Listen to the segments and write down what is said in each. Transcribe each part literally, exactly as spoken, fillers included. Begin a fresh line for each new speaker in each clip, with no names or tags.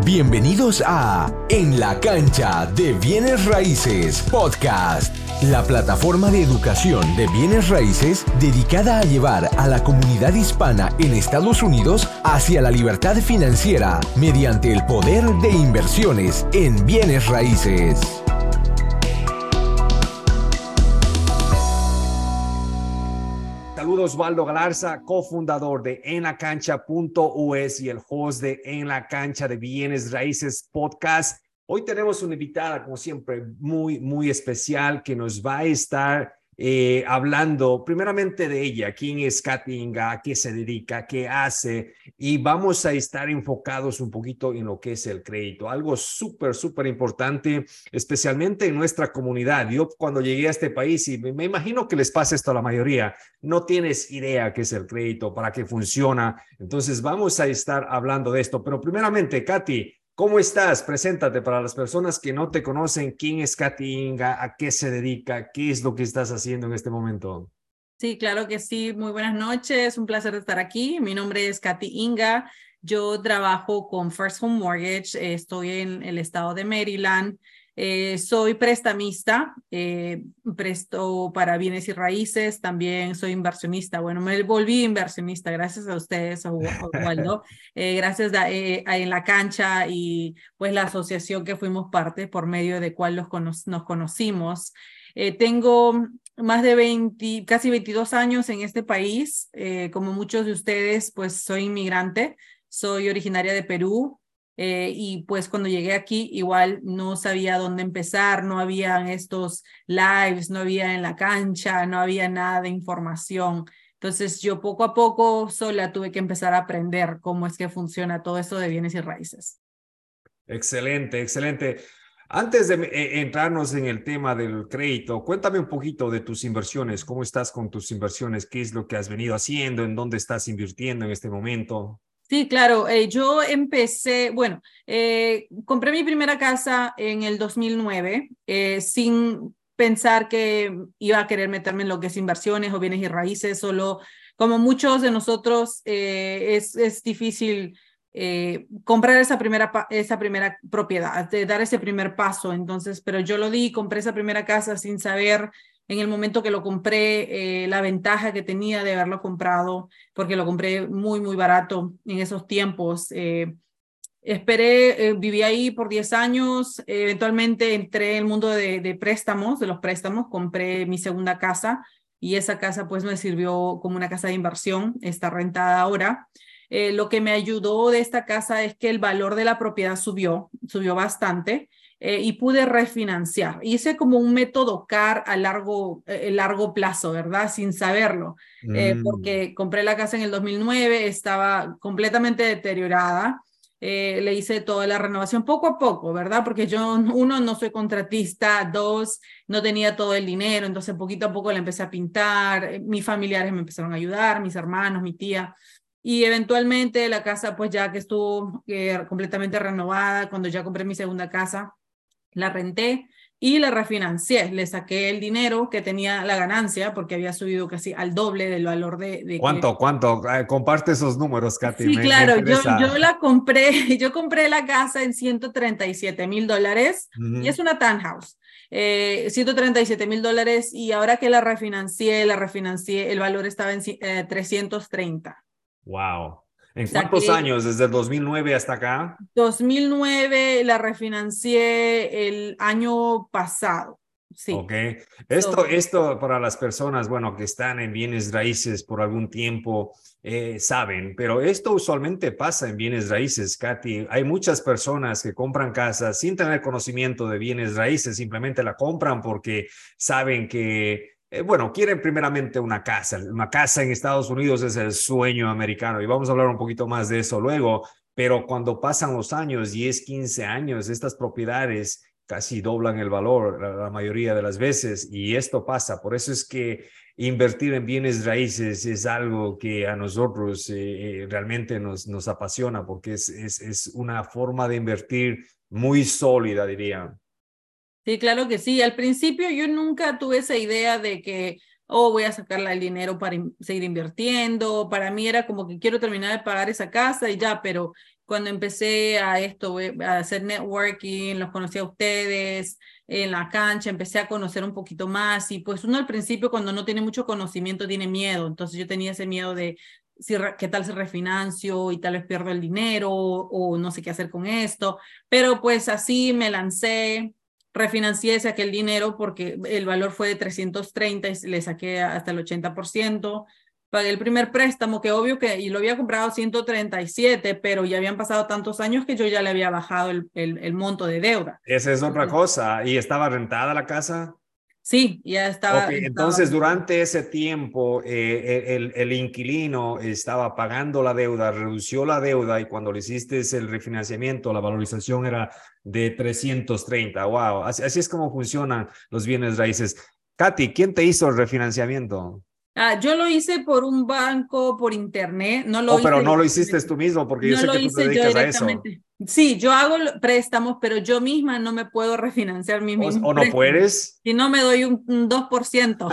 Bienvenidos a En la Cancha de Bienes Raíces Podcast, la plataforma de educación de bienes raíces dedicada a llevar a la comunidad hispana en Estados Unidos hacia la libertad financiera mediante el poder de inversiones en bienes raíces.
Saludos, Osvaldo Galarza, cofundador de en la cancha punto u es y el host de En la Cancha de Bienes Raíces Podcast. Hoy tenemos una invitada, como siempre, muy, muy especial que nos va a estar eh, hablando primeramente de ella, quién es Katy Inga, a qué se dedica, qué hace, y vamos a estar enfocados un poquito en lo que es el crédito, algo súper, súper importante, especialmente en nuestra comunidad. Yo cuando llegué a este país, y me, me imagino que les pasa esto a la mayoría, no tienes idea qué es el crédito, para qué funciona. Entonces vamos a estar hablando de esto. Pero primeramente, Katy, ¿cómo estás? Preséntate para las personas que no te conocen. ¿Quién es Katy Inga? ¿A qué se dedica? ¿Qué es lo que estás haciendo en este momento?
Sí, claro que sí. Muy buenas noches. Un placer estar aquí. Mi nombre es Katy Inga. Yo trabajo con First Home Mortgage. Eh, estoy en el estado de Maryland. Eh, soy prestamista. Eh, presto para bienes y raíces. También soy inversionista. Bueno, me volví inversionista gracias a ustedes, Osvaldo. Eh, gracias a, eh, a En la Cancha y pues la asociación que fuimos parte por medio de cual los cono- nos conocimos. Eh, tengo más de veinte, casi veintidós años en este país. Eh, como muchos de ustedes, pues soy inmigrante, soy originaria de Perú. Eh, y pues cuando llegué aquí igual no sabía dónde empezar, no habían estos lives, no había En la Cancha, no había nada de información. Entonces yo poco a poco sola tuve que empezar a aprender cómo es que funciona todo esto de bienes y raíces.
Excelente, excelente. Antes de eh, entrarnos en el tema del crédito, cuéntame un poquito de tus inversiones. ¿Cómo estás con tus inversiones? ¿Qué es lo que has venido haciendo? ¿En dónde estás invirtiendo en este momento?
Sí, claro. Eh, yo empecé, bueno, eh, compré mi primera casa en el dos mil nueve eh, sin pensar que iba a querer meterme en lo que es inversiones o bienes y raíces. Solo como muchos de nosotros eh, es, es difícil eh, comprar esa primera, esa primera propiedad, de dar ese primer paso. Entonces, pero yo lo di, compré esa primera casa sin saber en el momento que lo compré eh, la ventaja que tenía de haberlo comprado, porque lo compré muy, muy barato en esos tiempos. Eh, esperé, eh, viví ahí por diez años, eh, eventualmente entré en el mundo de, de préstamos, de los préstamos, compré mi segunda casa y esa casa pues me sirvió como una casa de inversión, está rentada ahora. Eh, lo que me ayudó de esta casa es que el valor de la propiedad subió, subió bastante. Eh, y pude refinanciar. Hice como un método C A R a largo, eh, largo plazo, ¿verdad? Sin saberlo, eh,
Mm.
porque compré la casa en el dos mil nueve, estaba completamente deteriorada. Eh, le hice toda la renovación poco a poco, ¿verdad? Porque yo, uno, no soy contratista, dos, no tenía todo el dinero, entonces poquito a poco la empecé a pintar, eh, mis familiares me empezaron a ayudar, mis hermanos, mi tía, y eventualmente la casa, pues ya que estuvo eh, completamente renovada, cuando ya compré mi segunda casa, la renté y la refinancié. Le saqué el dinero que tenía la ganancia porque había subido casi al doble del valor de, de que...
¿Cuánto, cuánto? Eh, comparte esos números, Katy,
Sí,
me, me
claro, yo, yo
interesa.
la compré, yo compré la casa en ciento treinta y siete mil dólares y
Ujú.
es una townhouse. Eh, ciento treinta y siete mil dólares y ahora que la refinancié, la refinancié, el valor estaba en eh, trescientos treinta.
Wow. ¿En cuántos
Saqué
años? ¿Desde el dos mil nueve hasta acá?
dos mil nueve, la refinancié el año pasado. Sí.
Ok. Esto,
So,
esto para las personas, bueno, que están en bienes raíces por algún tiempo, eh, saben, pero esto usualmente pasa en bienes raíces, Katy. Hay muchas personas que compran casas sin tener conocimiento de bienes raíces, simplemente la compran porque saben que, eh, bueno, quieren primeramente una casa. Una casa en Estados Unidos es el sueño americano y vamos a hablar un poquito más de eso luego, pero cuando pasan los años, diez, quince años, estas propiedades casi doblan el valor la, la mayoría de las veces y esto pasa. Por eso es que invertir en bienes raíces es algo que a nosotros eh, realmente nos, nos apasiona porque es, es, es una forma de invertir muy sólida, diría.
sí, claro que sí. Al principio yo nunca tuve esa idea de que, oh, voy a sacarle el dinero para in- seguir invirtiendo. Para mí era como que quiero terminar de pagar esa casa y ya, pero cuando empecé a esto, a hacer networking, los conocí a ustedes en la cancha, empecé a conocer un poquito más y pues uno al principio cuando no tiene mucho conocimiento tiene miedo, entonces yo tenía ese miedo de si, qué tal si refinancio y tal vez pierdo el dinero o no sé qué hacer con esto, pero pues así me lancé, refinancié, saqué el dinero porque el valor fue de trescientos treinta y le saqué hasta el ochenta por ciento. Pagué el primer préstamo, que obvio que, y lo había comprado ciento treinta y siete, pero ya habían pasado tantos años que yo ya le había bajado el, el, el monto de deuda.
Esa es otra cosa. ¿Y estaba rentada la casa?
Sí, ya estaba.
Ok,
estaba
entonces durante ese tiempo eh, el, el inquilino estaba pagando la deuda, redució la deuda y cuando le hiciste el refinanciamiento, la valorización era de trescientos treinta. Wow, así, así es como funcionan los bienes raíces. Katy, ¿quién te hizo el refinanciamiento?
Ah, yo lo hice por un banco, por internet, no lo
Oh,
hice
pero no lo hiciste
directamente.
tú mismo porque yo
No
sé
lo
que tú te
hice yo
dedicas a eso.
directamente. Sí, yo hago préstamos, pero yo misma no me puedo refinanciar mis
¿O,
mismos
o no
préstamos.
puedes?
Si no me doy un, un dos por ciento.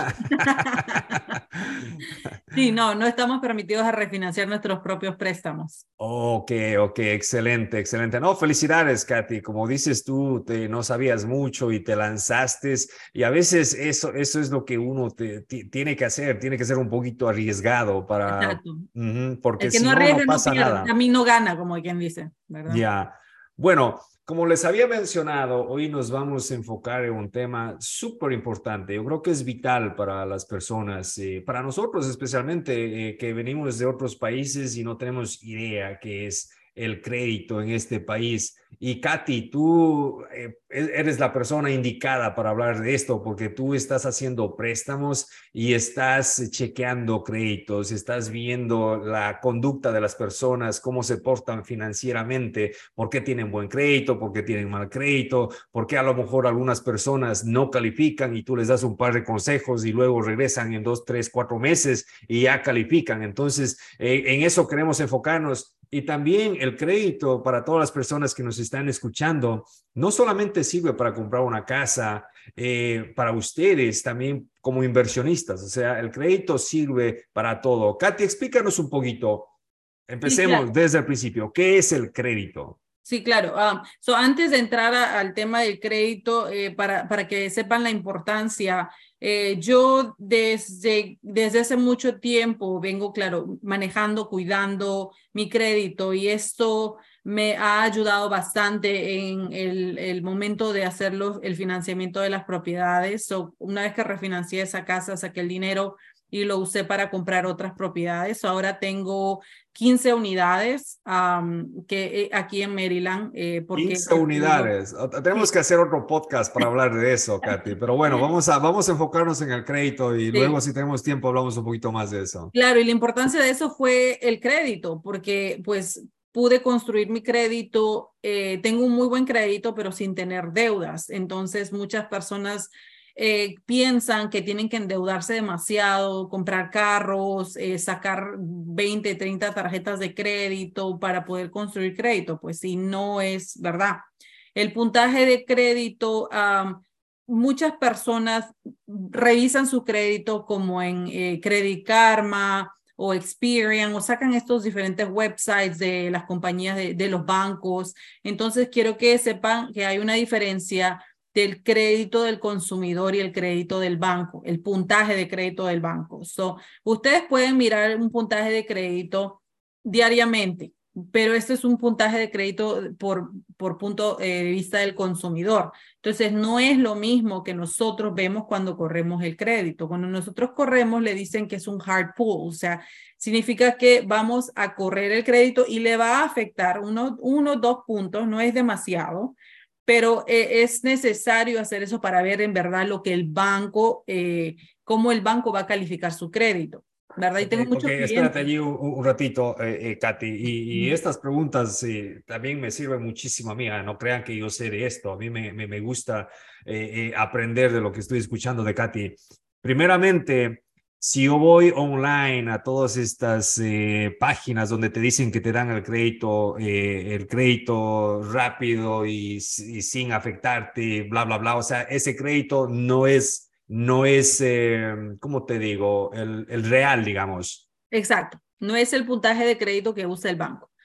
Sí, no, no estamos permitidos a refinanciar nuestros propios préstamos.
Ok, ok, excelente, excelente. No, felicidades, Katy. Como dices tú, te, no sabías mucho y te lanzaste y a veces eso, eso es lo que uno te, tiene que hacer, tiene que ser un poquito arriesgado para,
Exacto.
uh-huh, porque
El que
si
no
no, no
arriesga no
pasa
pierde.
nada.
A mí no gana, como quien dice, ¿verdad?
Ya. Bueno, como les había mencionado, hoy nos vamos a enfocar en un tema súper importante. Yo creo que es vital para las personas, eh, para nosotros especialmente, eh, que venimos de otros países y no tenemos idea qué es el crédito en este país. Y Katy, tú eh, eres la persona indicada para hablar de esto porque tú estás haciendo préstamos y estás chequeando créditos, estás viendo la conducta de las personas, cómo se portan financieramente, por qué tienen buen crédito, por qué tienen mal crédito, por qué a lo mejor algunas personas no califican y tú les das un par de consejos y luego regresan en dos, tres, cuatro meses y ya califican. Entonces, eh, en eso queremos enfocarnos. Y también el crédito para todas las personas que nos están escuchando, no solamente sirve para comprar una casa, eh, para ustedes también como inversionistas, o sea, el crédito sirve para todo. Katy, explícanos un poquito.
Sí,
Empecemos
claro.
desde el principio. ¿Qué es el crédito?
Sí, claro. Um, so antes de entrar a, al tema del crédito, eh, para, para que sepan la importancia, eh, yo desde, desde hace mucho tiempo vengo, claro, manejando, cuidando mi crédito y esto me ha ayudado bastante en el, el momento de hacerlo, el financiamiento de las propiedades. So, una vez que refinancié esa casa, saqué el dinero y lo usé para comprar otras propiedades. So, ahora tengo quince unidades um, que eh, aquí en Maryland, eh, porque
quince
he tenido,
unidades. Tenemos
sí,
que hacer otro podcast para hablar de eso, Katy. Pero bueno, vamos a, vamos a enfocarnos en el crédito y luego,
sí,
si tenemos tiempo, hablamos un poquito más de eso.
claro, y la importancia de eso fue el crédito, porque pues pude construir mi crédito, eh, tengo un muy buen crédito, pero sin tener deudas. Entonces, muchas personas eh, piensan que tienen que endeudarse demasiado, comprar carros, eh, sacar veinte, treinta tarjetas de crédito para poder construir crédito. Pues sí, no es verdad. El puntaje de crédito, um, muchas personas revisan su crédito como en eh, Credit Karma o Experian o sacan estos diferentes websites de las compañías de, de los bancos. Entonces, quiero que sepan que hay una diferencia del crédito del consumidor y el crédito del banco, el puntaje de crédito del banco. So, ustedes pueden mirar un puntaje de crédito diariamente, pero este es un puntaje de crédito por, por punto eh, de vista del consumidor. Entonces, no es lo mismo que nosotros vemos cuando corremos el crédito. Cuando nosotros corremos, le dicen que es un hard pull, o sea, significa que vamos a correr el crédito y le va a afectar uno, uno dos puntos, no es demasiado, pero eh, es necesario hacer eso para ver en verdad lo que el banco, eh, cómo el banco va a calificar su crédito, ¿verdad? Y
Ok,
tengo
ok,
muchos
espérate
clientes.
allí un, un ratito, eh, eh, Katy. Y, y
Ujú.
estas preguntas eh, también me sirven muchísimo a mí. ah, No crean que yo sé de esto. A mí me, me, me gusta eh, eh, aprender de lo que estoy escuchando de Katy. Primeramente, si yo voy online a todas estas eh, páginas donde te dicen que te dan el crédito, eh, el crédito rápido y, y sin afectarte, bla, bla, bla. O sea, ese crédito no es no es, eh, ¿cómo te digo? El, el real, digamos.
Exacto. No es el puntaje de crédito que usa el banco.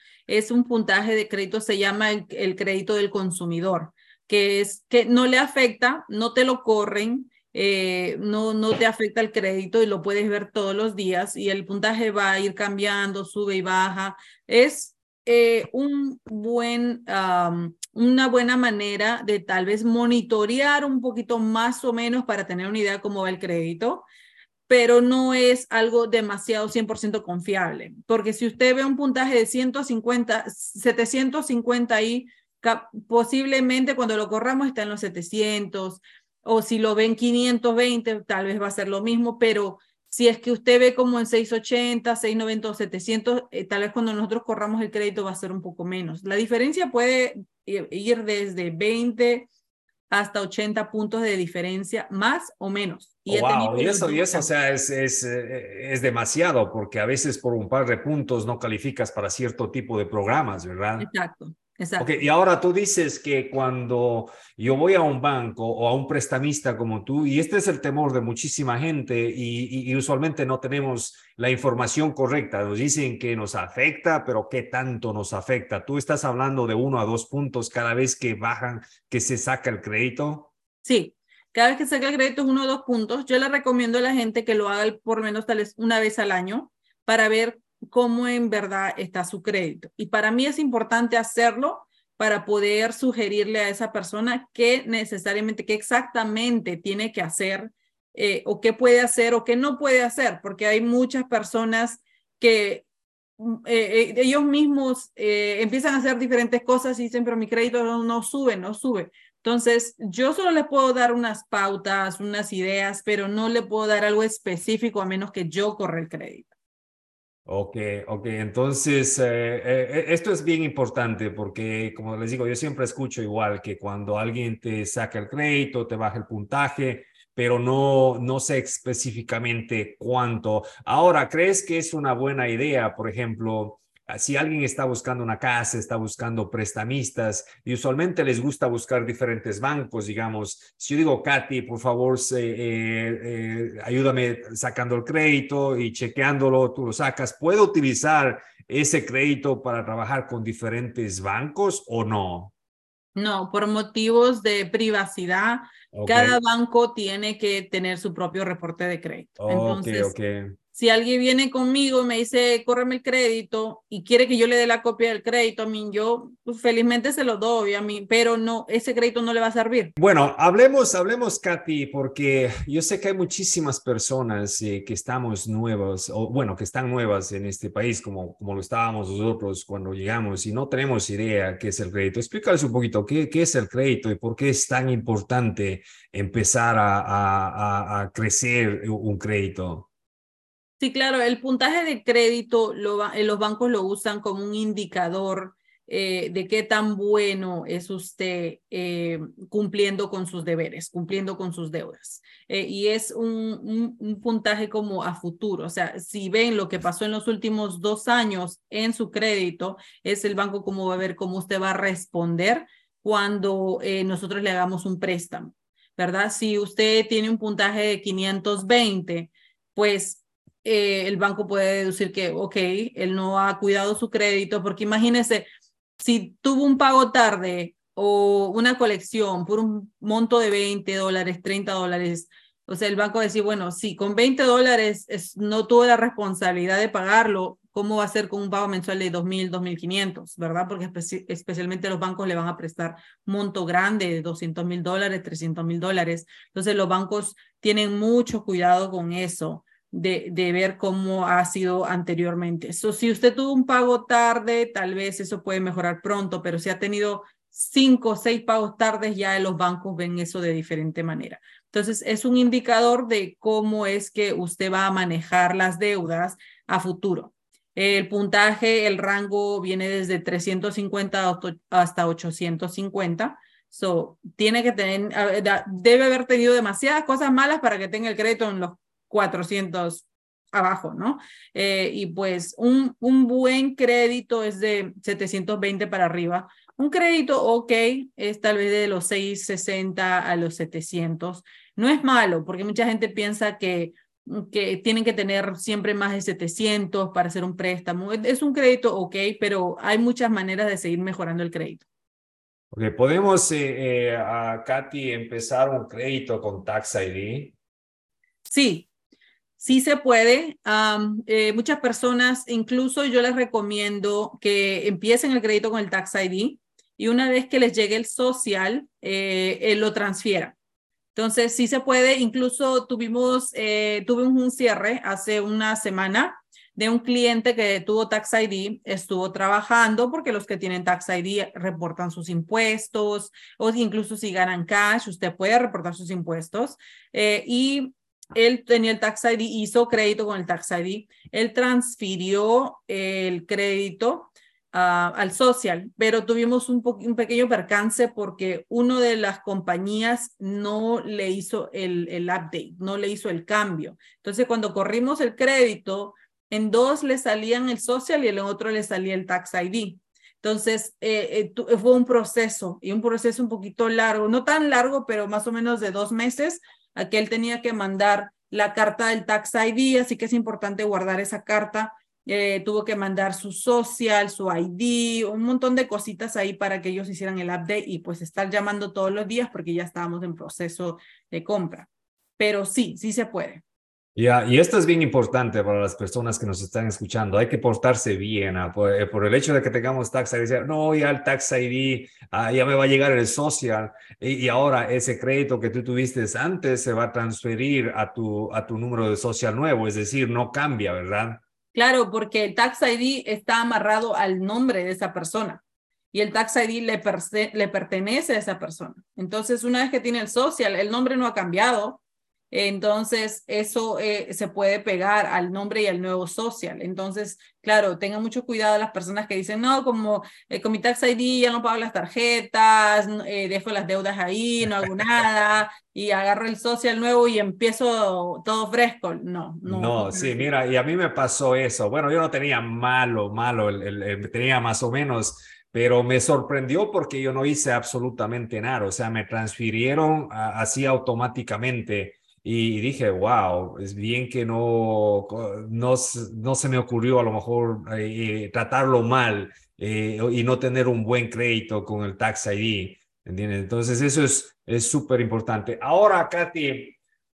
Es un puntaje de crédito, se llama el, el crédito del consumidor, que es que no le afecta, no te lo corren, eh, no, no te afecta el crédito y lo puedes ver todos los días y el puntaje va a ir cambiando, sube y baja. Es eh, un buen, um, una buena manera de tal vez monitorear un poquito más o menos para tener una idea de cómo va el crédito, pero no es algo demasiado cien por ciento confiable, porque si usted ve un puntaje de ciento cincuenta, setecientos cincuenta ahí, posiblemente cuando lo corramos está en los setecientos, o si lo ven quinientos veinte, tal vez va a ser lo mismo, pero si es que usted ve como en seiscientos ochenta, seiscientos noventa o setecientos, eh, tal vez cuando nosotros corramos el crédito va a ser un poco menos. La diferencia puede ir desde veinte hasta ochenta puntos de diferencia, más o menos. Y
Oh,
he
wow,
tenido
y
los
eso, y
dos
eso, o
casos.
sea, es, es, eh, es demasiado, porque a veces por un par de puntos no calificas para cierto tipo de programas, ¿verdad?
Exacto,
Ok,
exacto.
y ahora tú dices que cuando yo voy a un banco o a un prestamista como tú, y este es el temor de muchísima gente, y, y, y usualmente no tenemos la información correcta, nos dicen que nos afecta, pero ¿qué tanto nos afecta? ¿Tú estás hablando de uno a dos puntos cada vez que bajan, que se saca el crédito?
Sí, cada vez que saca el crédito es uno o dos puntos. Yo le recomiendo a la gente que lo haga por lo menos tal vez una vez al año para ver cómo en verdad está su crédito. Y para mí es importante hacerlo para poder sugerirle a esa persona qué necesariamente, qué exactamente tiene que hacer eh, o qué puede hacer o qué no puede hacer, porque hay muchas personas que eh, eh, ellos mismos eh, empiezan a hacer diferentes cosas y dicen, pero mi crédito no, no sube, no sube. Entonces, yo solo les puedo dar unas pautas, unas ideas, pero no le puedo dar algo específico a menos que yo corra el crédito.
Ok, ok, entonces eh, eh, esto es bien importante porque, como les digo, yo siempre escucho igual que cuando alguien te saca el crédito, te baja el puntaje, pero no, no sé específicamente cuánto. Ahora, ¿crees que es una buena idea, por ejemplo, si alguien está buscando una casa, está buscando prestamistas, y usualmente les gusta buscar diferentes bancos, digamos, si yo digo, Katy, por favor, se, eh, eh, ayúdame sacando el crédito y chequeándolo, tú lo sacas, ¿puedo utilizar ese crédito para trabajar con diferentes bancos o no?
No, por motivos de privacidad,
Ok,
cada banco tiene que tener su propio reporte de crédito.
ok,
Entonces,
ok.
si alguien viene conmigo y me dice, córreme el crédito y quiere que yo le dé la copia del crédito, a mí yo pues, felizmente se lo doy a mí, pero no, ese crédito no le va a servir.
Bueno, hablemos, hablemos, Katy, porque yo sé que hay muchísimas personas eh, que estamos nuevas, o bueno, que están nuevas en este país, como, como lo estábamos nosotros cuando llegamos, y no tenemos idea qué es el crédito. Explícales un poquito qué, qué es el crédito y por qué es tan importante empezar a, a, a, a crecer un crédito.
Sí, claro, el puntaje de crédito lo va, eh, los bancos lo usan como un indicador eh, de qué tan bueno es usted eh, cumpliendo con sus deberes, cumpliendo con sus deudas. Eh, y es un, un, un puntaje como a futuro. O sea, si ven lo que pasó en los últimos dos años en su crédito, es el banco como va a ver cómo usted va a responder cuando eh, nosotros le hagamos un préstamo, ¿verdad? Si usted tiene un puntaje de quinientos veinte, pues eh, el banco puede deducir que, ok, él no ha cuidado su crédito, porque imagínese, si tuvo un pago tarde o una colección por un monto de veinte dólares, treinta dólares, o sea, el banco va a decir, bueno, si con veinte dólares es, no tuvo la responsabilidad de pagarlo, ¿cómo va a ser con un pago mensual de dos mil, dos mil quinientos, verdad? Porque espe especialmente los bancos le van a prestar monto grande de doscientos mil dólares, trescientos mil dólares. Entonces los bancos tienen mucho cuidado con eso. De, de ver cómo ha sido anteriormente. So, si usted tuvo un pago tarde, tal vez eso puede mejorar pronto, pero si ha tenido cinco o seis pagos tardes, ya los bancos ven eso de diferente manera. Entonces, es un indicador de cómo es que usted va a manejar las deudas a futuro. El puntaje, el rango viene desde trescientos cincuenta hasta ochocientos cincuenta. So, tiene que tener, debe haber tenido demasiadas cosas malas para que tenga el crédito en los cuatrocientos abajo, ¿no? Eh, y pues un, un buen crédito es de setecientos veinte para arriba. Un crédito, ok, es tal vez de los seiscientos sesenta a los setecientos. No es malo, porque mucha gente piensa que que tienen que tener siempre más de setecientos para hacer un préstamo. Es un crédito ok, pero hay muchas maneras de seguir mejorando el crédito.
Okay, podemos, eh, eh, a Katy, empezar un crédito con Tax I D.
Sí, sí se puede. Um, eh, muchas personas, incluso yo les recomiendo que empiecen el crédito con el Tax I D y una vez que les llegue el social, eh, eh, lo transfieran. Entonces, sí se puede. Incluso tuvimos, eh, tuve un cierre hace una semana de un cliente que tuvo Tax I D, estuvo trabajando porque los que tienen Tax I D reportan sus impuestos o incluso si ganan cash, usted puede reportar sus impuestos. Eh, y él tenía el Tax I D, hizo crédito con el Tax I D, él transfirió el crédito Uh, al social, pero tuvimos un, un pequeño percance porque uno de las compañías no le hizo el, el update, no le hizo el cambio. Entonces, cuando corrimos el crédito, en dos le salían el social y en el otro le salía el Tax I D. Entonces, eh, eh, fue un proceso y un proceso un poquito largo, no tan largo, pero más o menos de dos meses, a que él tenía que mandar la carta del Tax I D, así que es importante guardar esa carta. Eh, tuvo que mandar su social, su I D, un montón de cositas ahí para que ellos hicieran el update y pues estar llamando todos los días porque ya estábamos en proceso de compra. Pero sí, sí se puede.
Ya, y esto es bien importante para las personas que nos están escuchando. Hay que portarse bien, ah, por, eh, por el hecho de que tengamos Tax I D. Decir, no, ya el Tax I D, ah, ya me va a llegar el social y, y ahora ese crédito que tú tuviste antes se va a transferir a tu, a tu número de social nuevo. Es decir, no cambia, ¿verdad?
Claro, porque el Tax I D está amarrado al nombre de esa persona y el Tax I D le, perce- le pertenece a esa persona. Entonces, una vez que tiene el social, el nombre no ha cambiado. Entonces, eso eh, se puede pegar al nombre y al nuevo social. Entonces, claro, tengan mucho cuidado las personas que dicen, no, como eh, con mi Tax I D ya no pago las tarjetas, eh, dejo las deudas ahí, no hago nada, y agarro el social nuevo y empiezo todo fresco. No, no.
No, sí, mira, y a mí me pasó eso. Bueno, yo no tenía malo, malo, el, el, el- tenía más o menos, pero me sorprendió porque yo no hice absolutamente nada. O sea, me transfirieron a- así automáticamente y dije, wow, es bien que no, no, s- no se me ocurrió a lo mejor eh, eh, tratarlo mal eh, y no tener un buen crédito con el Tax I D. ¿Entiendes? Entonces, eso es es súper importante. Ahora, Katy.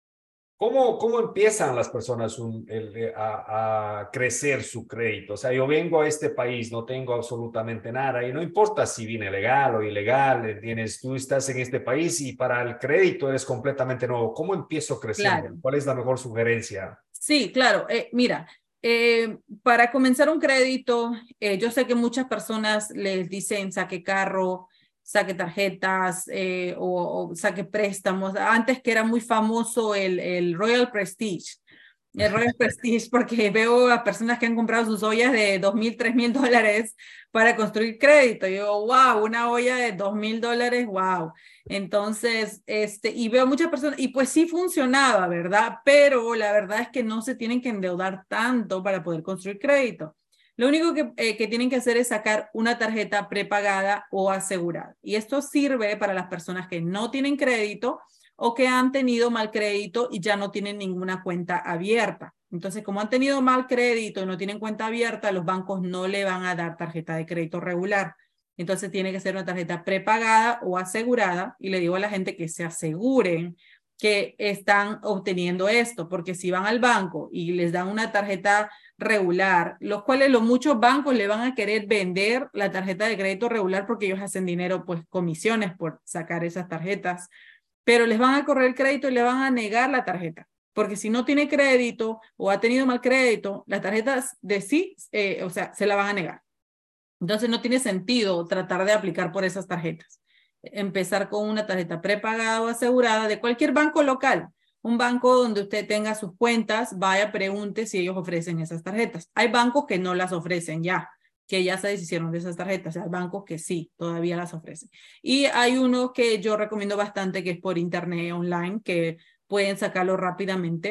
¿Cómo, cómo empiezan las personas un, el, eh, a, a crecer su crédito? O sea, yo vengo a este país, no tengo absolutamente nada y no importa si viene legal o ilegal, ¿entiendes? Tú estás en este país y para el crédito eres completamente nuevo. ¿Cómo empiezo creciendo?
Claro.
¿Cuál es la mejor sugerencia?
Sí, claro. Eh, mira, eh, para comenzar un crédito, eh, yo sé que muchas personas les dicen saque carro, saque tarjetas eh, o, o saque préstamos. Antes que era muy famoso el, el Royal Prestige. El Royal Prestige, porque veo a personas que han comprado sus ollas de dos mil, tres mil dólares para construir crédito. Y yo, wow, una olla de dos mil dólares, wow. Entonces, este, y veo muchas personas, y pues sí funcionaba, ¿verdad? Pero la verdad es que no se tienen que endeudar tanto para poder construir crédito. Lo único que, eh, que tienen que hacer es sacar una tarjeta prepagada o asegurada. Y esto sirve para las personas que no tienen crédito o que han tenido mal crédito y ya no tienen ninguna cuenta abierta. Entonces, como han tenido mal crédito y no tienen cuenta abierta, los bancos no le van a dar tarjeta de crédito regular. Entonces, tiene que ser una tarjeta prepagada o asegurada. Y le digo a la gente que se aseguren que están obteniendo esto, porque si van al banco y les dan una tarjeta regular, los cuales los muchos bancos le van a querer vender la tarjeta de crédito regular porque ellos hacen dinero, pues comisiones por sacar esas tarjetas, pero les van a correr el crédito y le van a negar la tarjeta, porque si no tiene crédito o ha tenido mal crédito, las tarjetas de sí, eh, o sea, se la van a negar. Entonces no tiene sentido tratar de aplicar por esas tarjetas. Empezar con una tarjeta prepagada o asegurada de cualquier banco local, un banco donde usted tenga sus cuentas, vaya, pregunte si ellos ofrecen esas tarjetas. Hay bancos que no las ofrecen ya, que ya se deshicieron de esas tarjetas. Hay bancos que sí, todavía las ofrecen. Y hay uno que yo recomiendo bastante, que es por internet online, que pueden sacarlo rápidamente.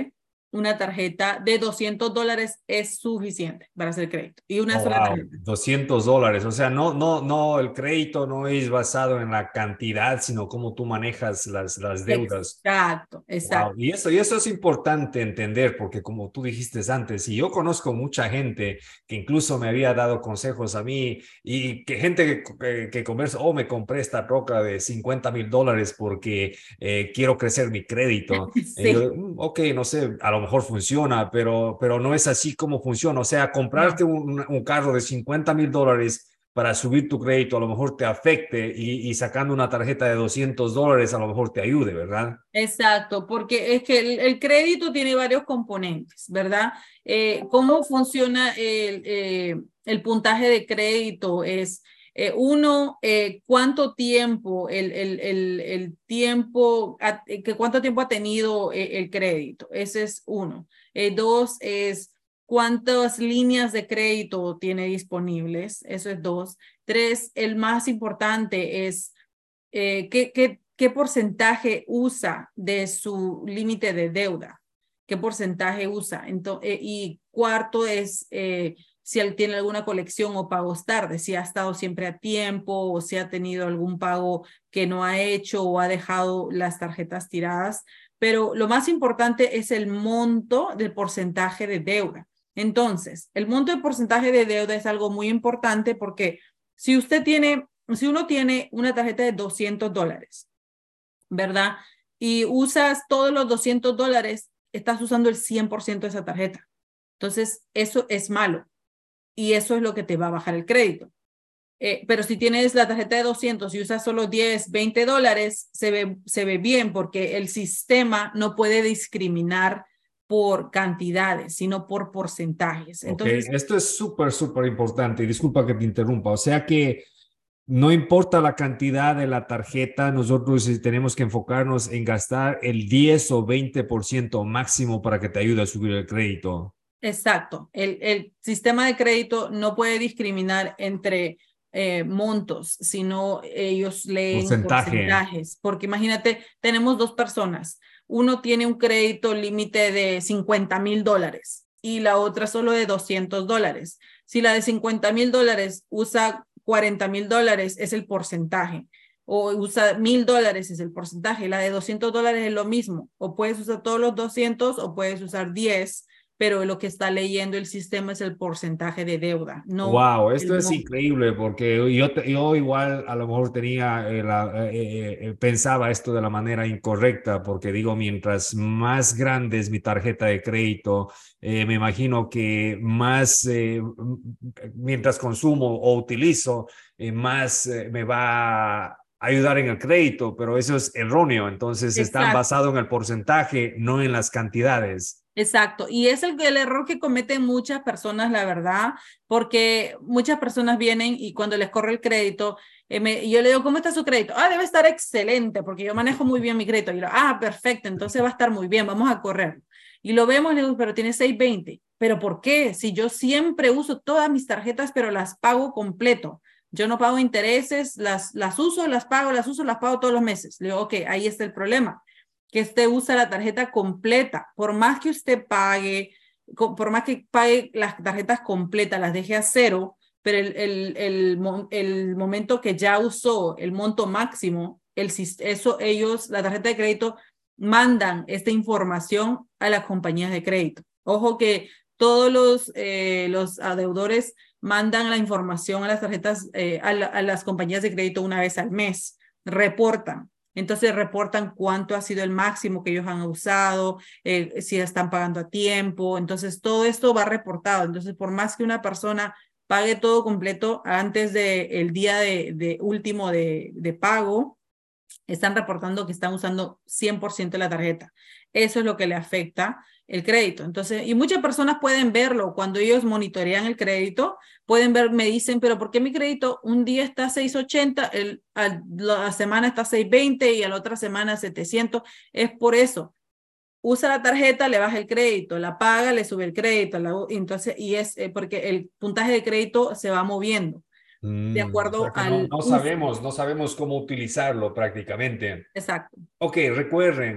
una tarjeta de doscientos dólares es suficiente para hacer crédito. Y una
Oh,
sola
wow,
tarjeta.
doscientos dólares. O sea, no, no, no, el crédito no es basado en la cantidad, sino cómo tú manejas las, las deudas.
Exacto,
Wow,
exacto.
y eso, y eso es importante entender porque como tú dijiste antes, y yo conozco mucha gente que incluso me había dado consejos a mí y que gente que, que, que conversa, oh, me compré esta roca de cincuenta mil dólares porque eh, quiero crecer mi crédito. Y yo,
Sí,
"Mm, ok, no sé, a lo mejor funciona, pero, pero no es así como funciona. O sea,
no.
comprarte un, un carro de cincuenta mil dólares para subir tu crédito a lo mejor te afecte y, y sacando una tarjeta de doscientos dólares a lo mejor te ayude, ¿verdad?
Exacto, porque es que el, el crédito tiene varios componentes, ¿verdad? Eh, ¿cómo funciona el, eh, el puntaje de crédito? Es eh, uno, eh, cuánto tiempo, el, el, el, el tiempo, a, que cuánto tiempo ha tenido eh, el crédito. Ese es uno. Eh, dos es cuántas líneas de crédito tiene disponibles. Eso es dos. Tres, el más importante es eh, ¿qué, qué, qué porcentaje usa de su límite de deuda? ¿Qué porcentaje usa? Entonces, eh, y cuarto es eh, si él tiene alguna colección o pagos tardes, si ha estado siempre a tiempo o si ha tenido algún pago que no ha hecho o ha dejado las tarjetas tiradas. Pero lo más importante es el monto del porcentaje de deuda. Entonces, el monto de porcentaje de deuda es algo muy importante porque si usted tiene si uno tiene una tarjeta de doscientos dólares, ¿verdad? Y usas todos los doscientos dólares, estás usando el cien por ciento de esa tarjeta. Entonces, eso es malo y eso es lo que te va a bajar el crédito. Eh, pero si tienes la tarjeta de doscientos y usas solo diez, veinte dólares, se ve, se ve bien porque el sistema no puede discriminar por cantidades, sino por porcentajes.
Ok,
Entonces,
esto es súper, súper importante. Disculpa que te interrumpa. O sea que no importa la cantidad de la tarjeta, nosotros eh, tenemos que enfocarnos en gastar el diez o veinte por ciento máximo para que te ayude a subir el crédito.
exacto. El, el sistema de crédito no puede discriminar entre eh, montos, sino ellos leen
Porcentaje.
porcentajes. Porque imagínate, tenemos dos personas. Uno tiene un crédito límite de cincuenta mil dólares y la otra solo de doscientos dólares. Si la de cincuenta mil dólares usa cuarenta mil dólares, es el porcentaje. O usa mil dólares es el porcentaje. La de doscientos dólares es lo mismo. O puedes usar todos los doscientos o puedes usar diez, pero lo que está leyendo el sistema es el porcentaje de deuda, no
Wow, esto
el
es
monto.
increíble porque yo, te- yo igual a lo mejor tenía, eh, la- eh, eh, eh, pensaba esto de la manera incorrecta porque digo, mientras más grande es mi tarjeta de crédito, eh, me imagino que más, eh, m- mientras consumo o utilizo, eh, más eh, me va a ayudar en el crédito, pero eso es erróneo. Entonces están
Exacto.
basados en el porcentaje, no en las cantidades.
Exacto, y es el, el error que cometen muchas personas, la verdad, porque muchas personas vienen y cuando les corre el crédito, eh, me, yo le digo, ¿cómo está su crédito? Ah, debe estar excelente, porque yo manejo muy bien mi crédito. Y yo, ah, perfecto, entonces va a estar muy bien, vamos a correr. Y lo vemos, le digo, pero tiene seiscientos veinte. ¿Pero por qué? Si yo siempre uso todas mis tarjetas, pero las pago completo. Yo no pago intereses, las, las uso, las pago, las uso, las pago todos los meses. Le digo, ok, ahí está el problema que usted usa la tarjeta completa. Por más que usted pague, por más que pague las tarjetas completas, las deje a cero, pero el, el, el, el momento que ya usó el monto máximo, el, eso ellos, la tarjeta de crédito, mandan esta información a las compañías de crédito. Ojo que todos los, eh, los adeudores mandan la información a las tarjetas, eh, a, la, a las compañías de crédito una vez al mes, reportan. Entonces reportan cuánto ha sido el máximo que ellos han usado, eh, si están pagando a tiempo. Entonces todo esto va reportado. Entonces por más que una persona pague todo completo antes del de día de, de último de, de pago, están reportando que están usando cien por ciento de la tarjeta. Eso es lo que le afecta el crédito. Entonces, y muchas personas pueden verlo cuando ellos monitorean el crédito, pueden ver, me dicen, pero ¿por qué mi crédito un día está a seiscientos ochenta, el, a la semana está a seiscientos veinte y a la otra semana a setecientos? Es por eso. Usa la tarjeta, le baja el crédito, la paga, le sube el crédito. La, entonces, y es eh, porque el puntaje de crédito se va moviendo de
Mm, o sea
acuerdo
que no,
al
no
uso.
sabemos, no sabemos cómo utilizarlo prácticamente.
Exacto.
Ok, recuerden,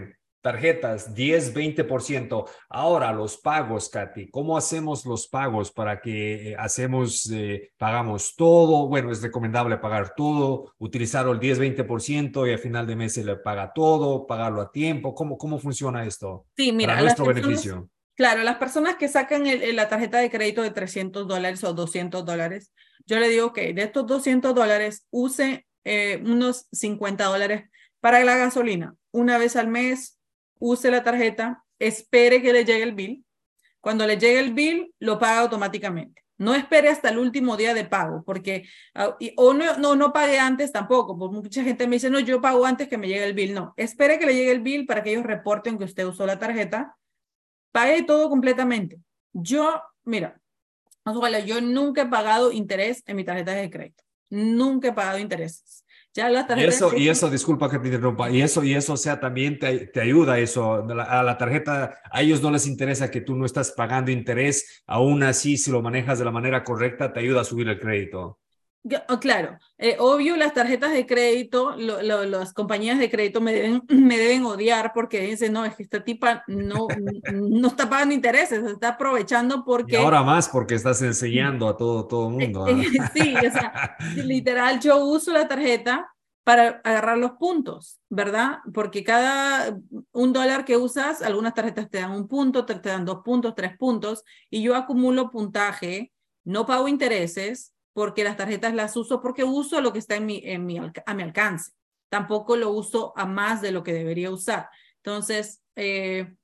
tarjetas, diez, veinte por ciento. Ahora, los pagos, Katy, ¿cómo hacemos los pagos para que eh, hacemos, eh, pagamos todo? Bueno, es recomendable pagar todo, utilizar el diez, veinte por ciento y al final de mes se le paga todo, pagarlo a tiempo. ¿Cómo, cómo funciona esto
Sí,
para
mira, las
nuestro
personas,
beneficio?
claro, las personas que sacan el, el- la tarjeta de crédito de trescientos dólares o doscientos dólares, yo le digo que de estos doscientos dólares use eh, unos cincuenta dólares para la gasolina. Una vez al mes, use la tarjeta, espere que le llegue el bill. Cuando le llegue el bill, lo paga automáticamente. No espere hasta el último día de pago, porque, uh, y, o no, no, no pague antes tampoco, porque mucha gente me dice, no, yo pago antes que me llegue el bill. No, espere que le llegue el bill para que ellos reporten que usted usó la tarjeta. Pague todo completamente. Yo, mira, ojalá, yo nunca he pagado interés en mi tarjeta de crédito. Nunca he pagado intereses. Ya las
Y
tarjetas de
eso, y
crédito,
eso, disculpa que te interrumpa, y eso, y eso, o sea, también te, te ayuda eso, a la, a la tarjeta, a ellos no les interesa que tú no estás pagando interés, aún así, si lo manejas de la manera correcta, te ayuda a subir el crédito.
ya, oh, claro, eh, obvio las tarjetas de crédito, lo, lo, las compañías de crédito me deben, me deben odiar porque dicen, no, es que esta tipa no, no está pagando intereses, se está aprovechando
Y
porque...
ahora más porque estás enseñando a todo, todo el
Eh,
mundo. ¿Ah?
eh, sí, o sea, literal, yo uso la tarjeta para agarrar los puntos, ¿verdad? Porque cada un dólar que usas, algunas tarjetas te dan un punto, te, te dan dos puntos, tres puntos, y yo acumulo puntaje, no pago intereses, porque las tarjetas las uso porque uso lo que está en mi, en mi, a mi alcance. Tampoco lo uso a más de lo que debería usar. Entonces, eh,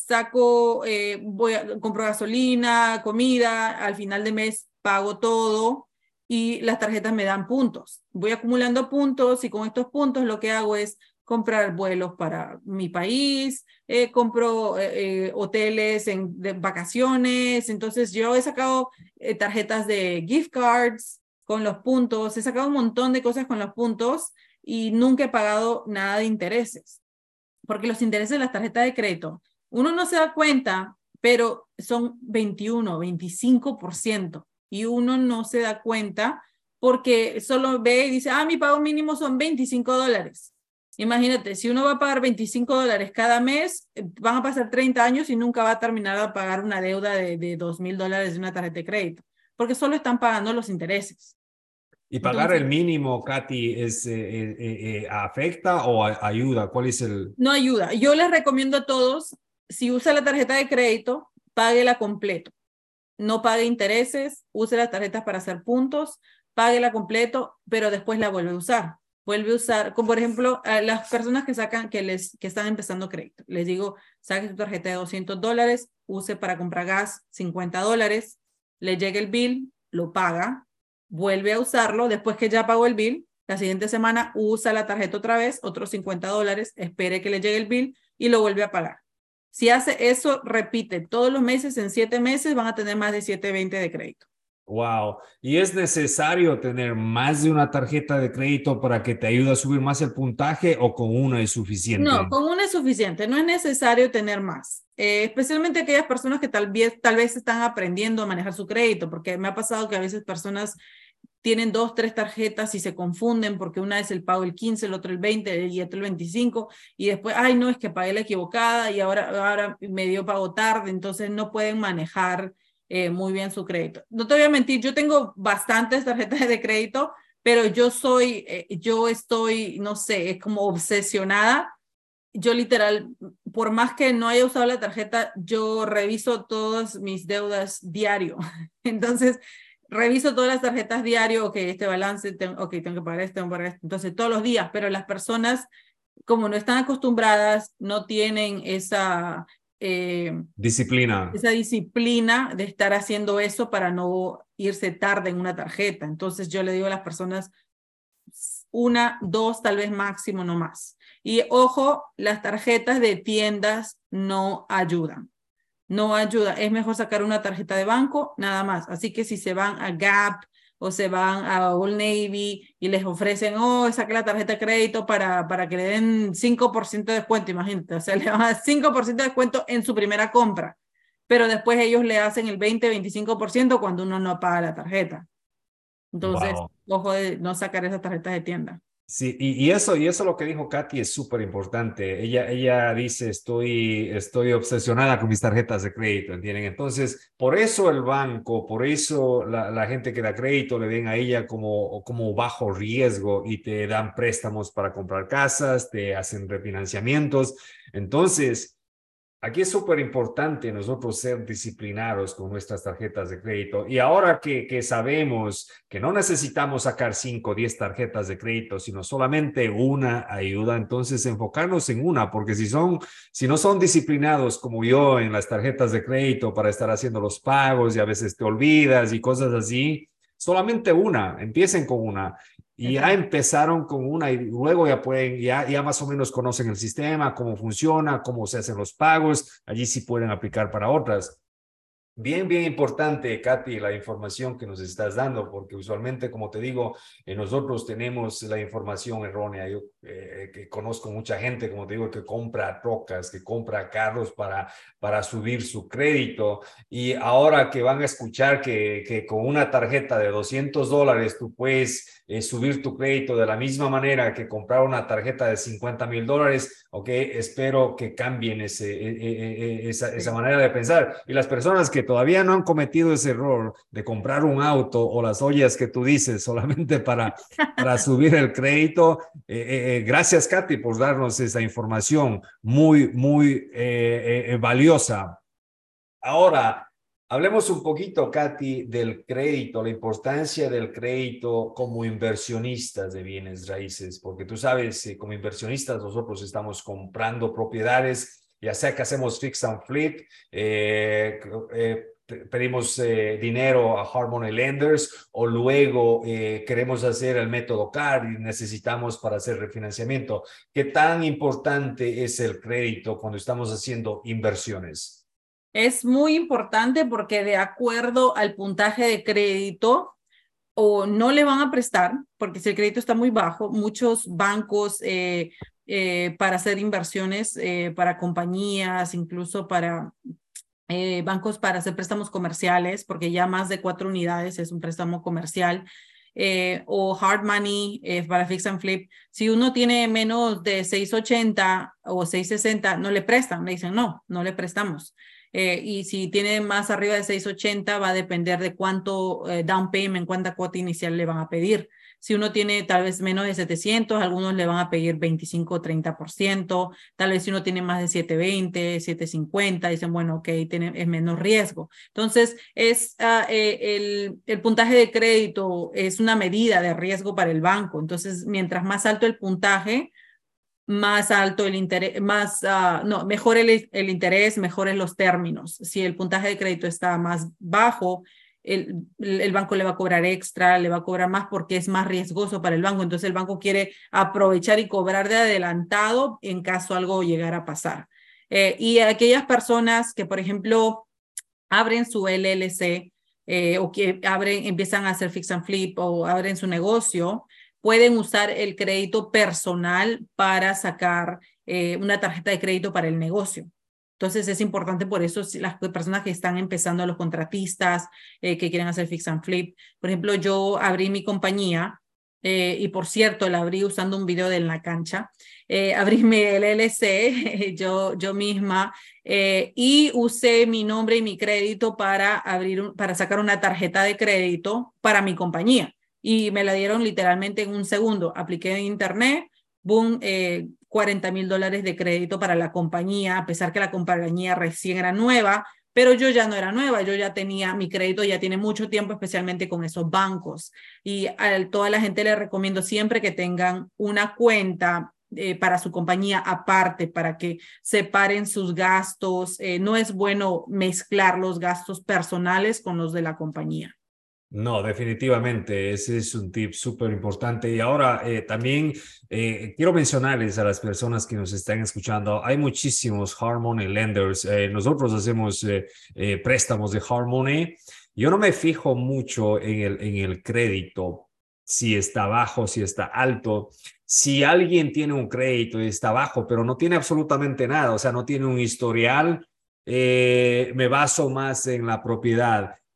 saco, eh, voy a, compro gasolina, comida, al final de mes pago todo y las tarjetas me dan puntos. Voy acumulando puntos y con estos puntos lo que hago es comprar vuelos para mi país, eh, compro eh, eh, hoteles en de vacaciones, entonces yo he sacado eh, tarjetas de gift cards con los puntos, he sacado un montón de cosas con los puntos y nunca he pagado nada de intereses, porque los intereses de las tarjetas de crédito, uno no se da cuenta, pero son veintiuno, veinticinco por ciento y uno no se da cuenta porque solo ve y dice, ah, mi pago mínimo son veinticinco dólares. Imagínate, si uno va a pagar veinticinco dólares cada mes, van a pasar treinta años y nunca va a terminar a pagar una deuda de, de dos mil dólares de una tarjeta de crédito, porque solo están pagando los intereses.
¿Y pagar
Entonces,
el mínimo, Katy, es, eh, eh, eh, afecta o a- ayuda? ¿Cuál es el...?
no ayuda. Yo les recomiendo a todos, si usa la tarjeta de crédito, páguela completo. No pague intereses, use las tarjetas para hacer puntos, páguela completo, pero después la vuelve a usar. Vuelve a usar, como por ejemplo, a las personas que sacan, que les, que están empezando crédito. Les digo, saque su tarjeta de doscientos dólares, use para comprar gas cincuenta dólares, le llega el bill, lo paga, vuelve a usarlo, después que ya pagó el bill, la siguiente semana usa la tarjeta otra vez, otros cincuenta dólares, espere que le llegue el bill y lo vuelve a pagar. Si hace eso, repite todos los meses, en siete meses van a tener más de setecientos veinte de crédito.
Wow. ¿Y es necesario tener más de una tarjeta de crédito para que te ayude a subir más el puntaje o con una es
No,
suficiente?
con una es suficiente, no es necesario tener más. Eh, especialmente aquellas personas que tal vez, tal vez están aprendiendo a manejar su crédito, porque me ha pasado que a veces personas tienen dos, tres tarjetas y se confunden porque una es el pago el quince, el otro el veinte y otro el veinticinco y después, ay, no, es que pagué la equivocada y ahora, ahora me dio pago tarde, entonces no pueden manejar eh, muy bien su crédito. No te voy a mentir, yo tengo bastantes tarjetas de crédito, pero yo soy, eh, yo estoy, no sé, es como obsesionada. Yo literal, por más que no haya usado la tarjeta, yo reviso todas mis deudas diario. Entonces, reviso todas las tarjetas diario, ok, este balance, tengo, ok, tengo que pagar esto, tengo que pagar esto. Entonces, todos los días, pero las personas, como no están acostumbradas, no tienen esa, eh,
Disciplina.
esa disciplina de estar haciendo eso para no irse tarde en una tarjeta. Entonces, yo le digo a las personas, una, dos, tal vez máximo, no más. Y ojo, las tarjetas de tiendas no ayudan. No ayuda. Es mejor sacar una tarjeta de banco, nada más. Así que si se van a Gap o se van a Old Navy y les ofrecen, oh, saque la tarjeta de crédito para, para que le den cinco por ciento de descuento, imagínate. O sea, le van a dar cinco por ciento de descuento en su primera compra. Pero después ellos le hacen el veinte, veinticinco por ciento cuando uno no paga la tarjeta. Entonces,
Wow.
ojo de no sacar esas tarjetas de tienda.
Sí, y, y eso, y eso lo que dijo Katy es súper importante. Ella, ella dice, estoy, estoy obsesionada con mis tarjetas de crédito, ¿entienden? Entonces, por eso el banco, por eso la, la gente que da crédito le ven a ella como, como bajo riesgo y te dan préstamos para comprar casas, te hacen refinanciamientos. Entonces, aquí es súper importante nosotros ser disciplinados con nuestras tarjetas de crédito. Y ahora que, que sabemos que no necesitamos sacar cinco o diez tarjetas de crédito, sino solamente una ayuda, entonces enfocarnos en una, porque si son, si no son disciplinados como yo en las tarjetas de crédito para estar haciendo los pagos y a veces te olvidas y cosas así, solamente una, empiecen con una. Y ya
Exacto.
empezaron con una y luego ya pueden, ya, ya más o menos conocen el sistema, cómo funciona, cómo se hacen los pagos, allí sí pueden aplicar para otras. Bien, bien importante, Katy, la información que nos estás dando, porque usualmente, como te digo, eh, nosotros tenemos la información errónea. Yo eh, que conozco mucha gente, como te digo, que compra trocas, que compra carros para, para subir su crédito. Y ahora que van a escuchar que, que con una tarjeta de doscientos dólares tú puedes eh, subir tu crédito de la misma manera que comprar una tarjeta de cincuenta mil dólares, ok, espero que cambien ese, eh, eh, esa, esa
Sí.
manera de pensar. Y las personas que todavía no han cometido ese error de comprar un auto o las ollas que tú dices solamente para, para subir el crédito, eh, eh, gracias, Katy, por darnos esa información muy, muy eh, eh, valiosa. Ahora, hablemos un poquito, Katy, del crédito, la importancia del crédito como inversionistas de bienes raíces, porque tú sabes, eh, como inversionistas nosotros estamos comprando propiedades, ya sea que hacemos fix and flip, eh, eh, pedimos eh, dinero a Hard Money Lenders o luego eh, queremos hacer el método C A R y necesitamos para hacer refinanciamiento. ¿Qué tan importante es el crédito cuando estamos haciendo inversiones?
Es muy importante porque de acuerdo al puntaje de crédito, o no le van a prestar, porque si el crédito está muy bajo, muchos bancos eh, eh, para hacer inversiones, eh, para compañías, incluso para eh, bancos para hacer préstamos comerciales, porque ya más de cuatro unidades es un préstamo comercial, eh, o hard money eh, para fix and flip. Si uno tiene menos de seiscientos ochenta o seiscientos sesenta, no le prestan, le dicen no, no le prestamos. Eh, y si tiene más arriba de seiscientos ochenta, va a depender de cuánto eh, down payment, cuánta cuota inicial le van a pedir. Si uno tiene tal vez menos de setecientos, algunos le van a pedir veinticinco o treinta por ciento. Tal vez si uno tiene más de setecientos veinte, setecientos cincuenta, dicen, bueno, ok, tiene, es menos riesgo. Entonces, es, uh, eh, el, el puntaje de crédito es una medida de riesgo para el banco. Entonces, mientras más alto el puntaje, más alto el interés, más, uh, no, mejor el, el interés, mejores los términos. Si el puntaje de crédito está más bajo, el, el banco le va a cobrar extra, le va a cobrar más porque es más riesgoso para el banco. Entonces el banco quiere aprovechar y cobrar de adelantado en caso algo llegara a pasar. Eh, y aquellas personas que, por ejemplo, abren su L L C eh, o que abren, empiezan a hacer fix and flip o abren su negocio, pueden usar el crédito personal para sacar eh, una tarjeta de crédito para el negocio. Entonces es importante por eso si las personas que están empezando, los contratistas eh, que quieren hacer fix and flip. Por ejemplo, yo abrí mi compañía eh, y por cierto la abrí usando un video de En la Cancha. Eh, abrí mi L L C yo, yo misma eh, y usé mi nombre y mi crédito para, abrir, para sacar una tarjeta de crédito para mi compañía. Y me la dieron literalmente en un segundo. Apliqué en internet, boom, eh, cuarenta mil dólares de crédito para la compañía, a pesar que la compañía recién era nueva, pero yo ya no era nueva, yo ya tenía, mi crédito ya tiene mucho tiempo, especialmente con esos bancos. Y a toda la gente le recomiendo siempre que tengan una cuenta eh, para su compañía aparte, para que separen sus gastos. Eh, no es bueno mezclar los gastos personales con los de la compañía.
No, definitivamente, ese es un tip súper importante. Y ahora eh, también eh, quiero mencionarles a las personas que nos están escuchando, hay muchísimos hard money lenders. Eh, nosotros hacemos eh, eh, préstamos de hard money. Yo no me fijo mucho en el, en el crédito, si está bajo, si está alto. Si alguien tiene un crédito y está bajo, pero no tiene absolutamente nada, o sea, no tiene un historial, eh, me baso más en la propiedad.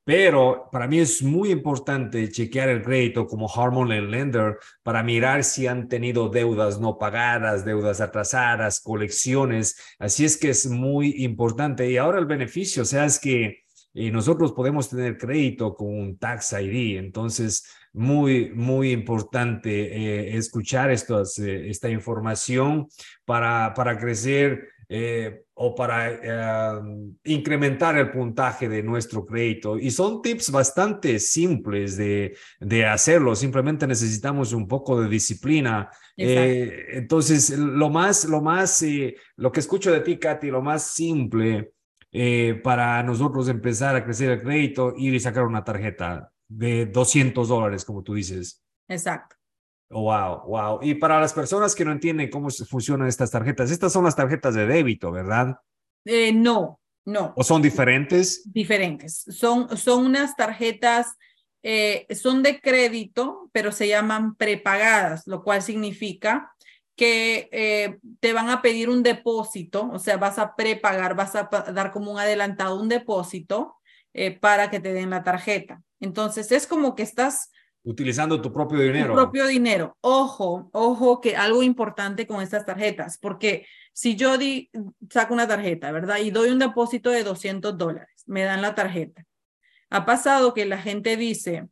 Pero para mí es muy importante chequear el crédito como Harmon Lender para mirar si han tenido deudas no pagadas, deudas atrasadas, colecciones. Así es que es muy importante. Y ahora el beneficio, o sea, es que eh, nosotros podemos tener crédito con un Tax I D. Entonces, muy, muy importante eh, escuchar estos, eh, esta información para, para crecer. Eh, o para eh, incrementar el puntaje de nuestro crédito. Y son tips bastante simples de, de hacerlo. Simplemente necesitamos un poco de disciplina. Eh, entonces, lo más, lo más, eh, lo que escucho de ti, Katy, lo más simple eh, para nosotros empezar a crecer el crédito, ir y sacar una tarjeta de doscientos dólares, como tú dices.
Exacto.
Oh, wow, wow. Y para las personas que no entienden cómo funcionan estas tarjetas, estas son las tarjetas de débito, ¿verdad?
Eh, no, no.
¿O son diferentes?
Diferentes. Son, son unas tarjetas, eh, son de crédito, pero se llaman prepagadas, lo cual significa que eh, te van a pedir un depósito, o sea, vas a prepagar, vas a dar como un adelantado, un depósito eh, para que te den la tarjeta. Entonces, es como que estás
utilizando tu propio dinero.
Tu propio dinero. Ojo, ojo, que algo importante con estas tarjetas, porque si yo di, saco una tarjeta, ¿verdad? Y doy un depósito de doscientos dólares, me dan la tarjeta. Ha pasado que la gente dice,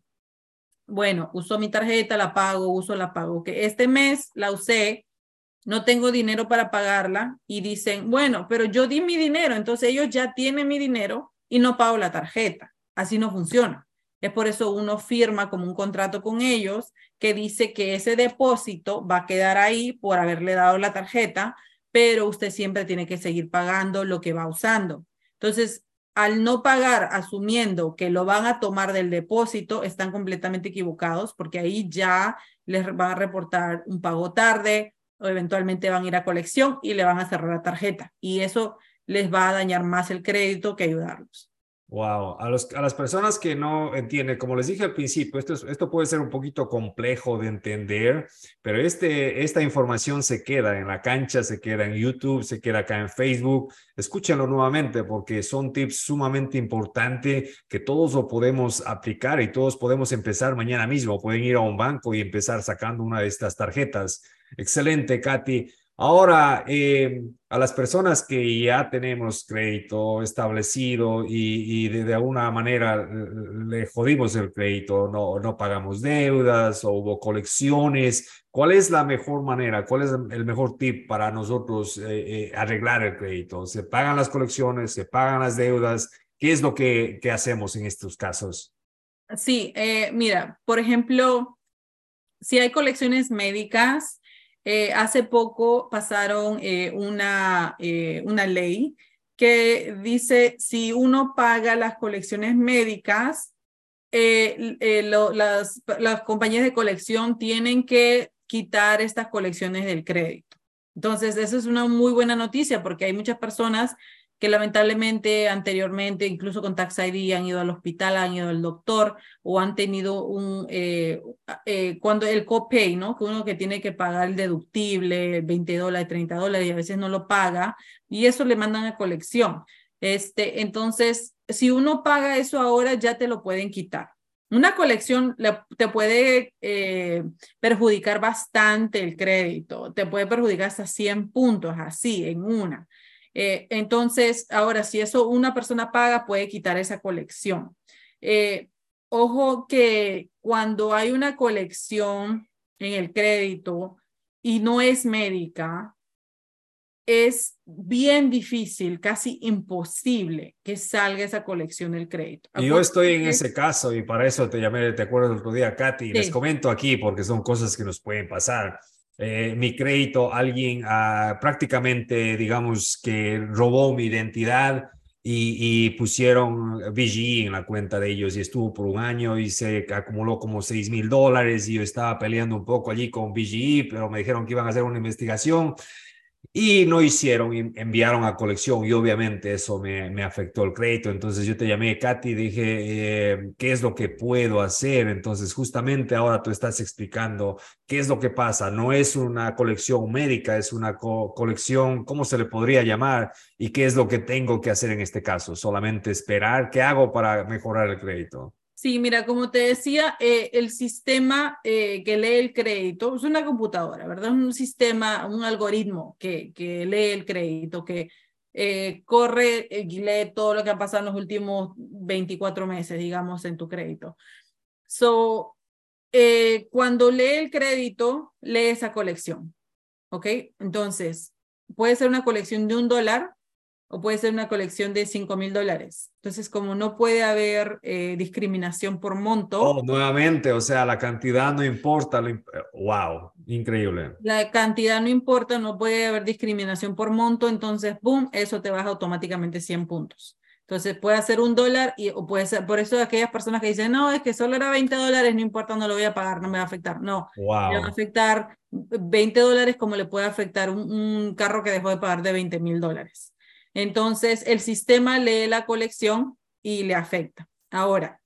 bueno, uso mi tarjeta, la pago, uso, la pago, que este mes la usé, no tengo dinero para pagarla y dicen, bueno, pero yo di mi dinero, entonces ellos ya tienen mi dinero y no pago la tarjeta. Así no funciona. Es por eso uno firma como un contrato con ellos que dice que ese depósito va a quedar ahí por haberle dado la tarjeta, pero usted siempre tiene que seguir pagando lo que va usando. Entonces, al no pagar, asumiendo que lo van a tomar del depósito, están completamente equivocados porque ahí ya les van a reportar un pago tarde o eventualmente van a ir a colección y le van a cerrar la tarjeta. Y eso les va a dañar más el crédito que ayudarlos.
Wow, a, los, a las personas que no entienden, como les dije al principio, esto, es, esto puede ser un poquito complejo de entender, pero este, esta información se queda en la cancha, se queda en YouTube, se queda acá en Facebook. Escúchenlo nuevamente porque son tips sumamente importantes que todos lo podemos aplicar y todos podemos empezar mañana mismo. Pueden ir a un banco y empezar sacando una de estas tarjetas. Excelente, Katy. Ahora, eh, a las personas que ya tenemos crédito establecido y, y de, de alguna manera le jodimos el crédito, no, no pagamos deudas o hubo colecciones, ¿cuál es la mejor manera? ¿Cuál es el mejor tip para nosotros eh, eh, arreglar el crédito? ¿Se pagan las colecciones? ¿Se pagan las deudas? ¿Qué es lo que, que hacemos en estos casos?
Sí, eh, mira, por ejemplo, si hay colecciones médicas, Eh, hace poco pasaron eh, una, eh, una ley que dice si uno paga las colecciones médicas, eh, eh, lo, las, las compañías de colección tienen que quitar estas colecciones del crédito. Entonces, eso es una muy buena noticia porque hay muchas personas que lamentablemente anteriormente, incluso con Tax I D, han ido al hospital, han ido al doctor o han tenido un, eh, eh, cuando el copay, ¿no? Que uno que tiene que pagar el deductible, veinte dólares, treinta dólares y a veces no lo paga y eso le mandan a colección. Este, entonces, si uno paga eso ahora, ya te lo pueden quitar. Una colección le, te puede eh, perjudicar bastante el crédito, te puede perjudicar hasta cien puntos, así, en una. Eh, entonces, ahora, si eso una persona paga, puede quitar esa colección. Eh, ojo que cuando hay una colección en el crédito y no es médica, es bien difícil, casi imposible que salga esa colección del crédito.
Y yo estoy en ese caso y para eso te llamé, te acuerdas el otro día, Katy, sí. Les comento aquí porque son cosas que nos pueden pasar. Eh, mi crédito, alguien uh, prácticamente, digamos, que robó mi identidad y, y pusieron V G E en la cuenta de ellos y estuvo por un año y se acumuló como seis mil dólares y yo estaba peleando un poco allí con V G E, pero me dijeron que iban a hacer una investigación. Y no hicieron, y enviaron a colección y obviamente eso me, me afectó el crédito. Entonces yo te llamé, Katy, y dije, eh, ¿qué es lo que puedo hacer? Entonces justamente ahora tú estás explicando qué es lo que pasa. No es una colección médica, es una co colección, ¿cómo se le podría llamar? ¿Y qué es lo que tengo que hacer en este caso? Solamente esperar. ¿Qué hago para mejorar el crédito?
Sí, mira, como te decía, eh, el sistema eh, que lee el crédito es una computadora, ¿verdad? Es un sistema, un algoritmo que, que lee el crédito, que eh, corre y lee todo lo que ha pasado en los últimos veinticuatro meses, digamos, en tu crédito. So, eh, cuando lee el crédito, lee esa colección, ¿ok? Entonces, puede ser una colección de un dólar o puede ser una colección de cinco mil dólares. Entonces, como no puede haber eh, discriminación por monto,
Oh, nuevamente, o sea, la cantidad no importa. Lo imp wow, increíble.
la cantidad no importa, no puede haber discriminación por monto, entonces, boom, eso te baja automáticamente cien puntos. Entonces, puede ser un dólar y, o puede ser, por eso aquellas personas que dicen, no, es que solo era veinte dólares, no importa, no lo voy a pagar, no me va a afectar. No, le va a
Wow.
afectar veinte dólares como le puede afectar un, un carro que dejó de pagar de veinte mil dólares. Entonces, el sistema lee la colección y le afecta. Ahora,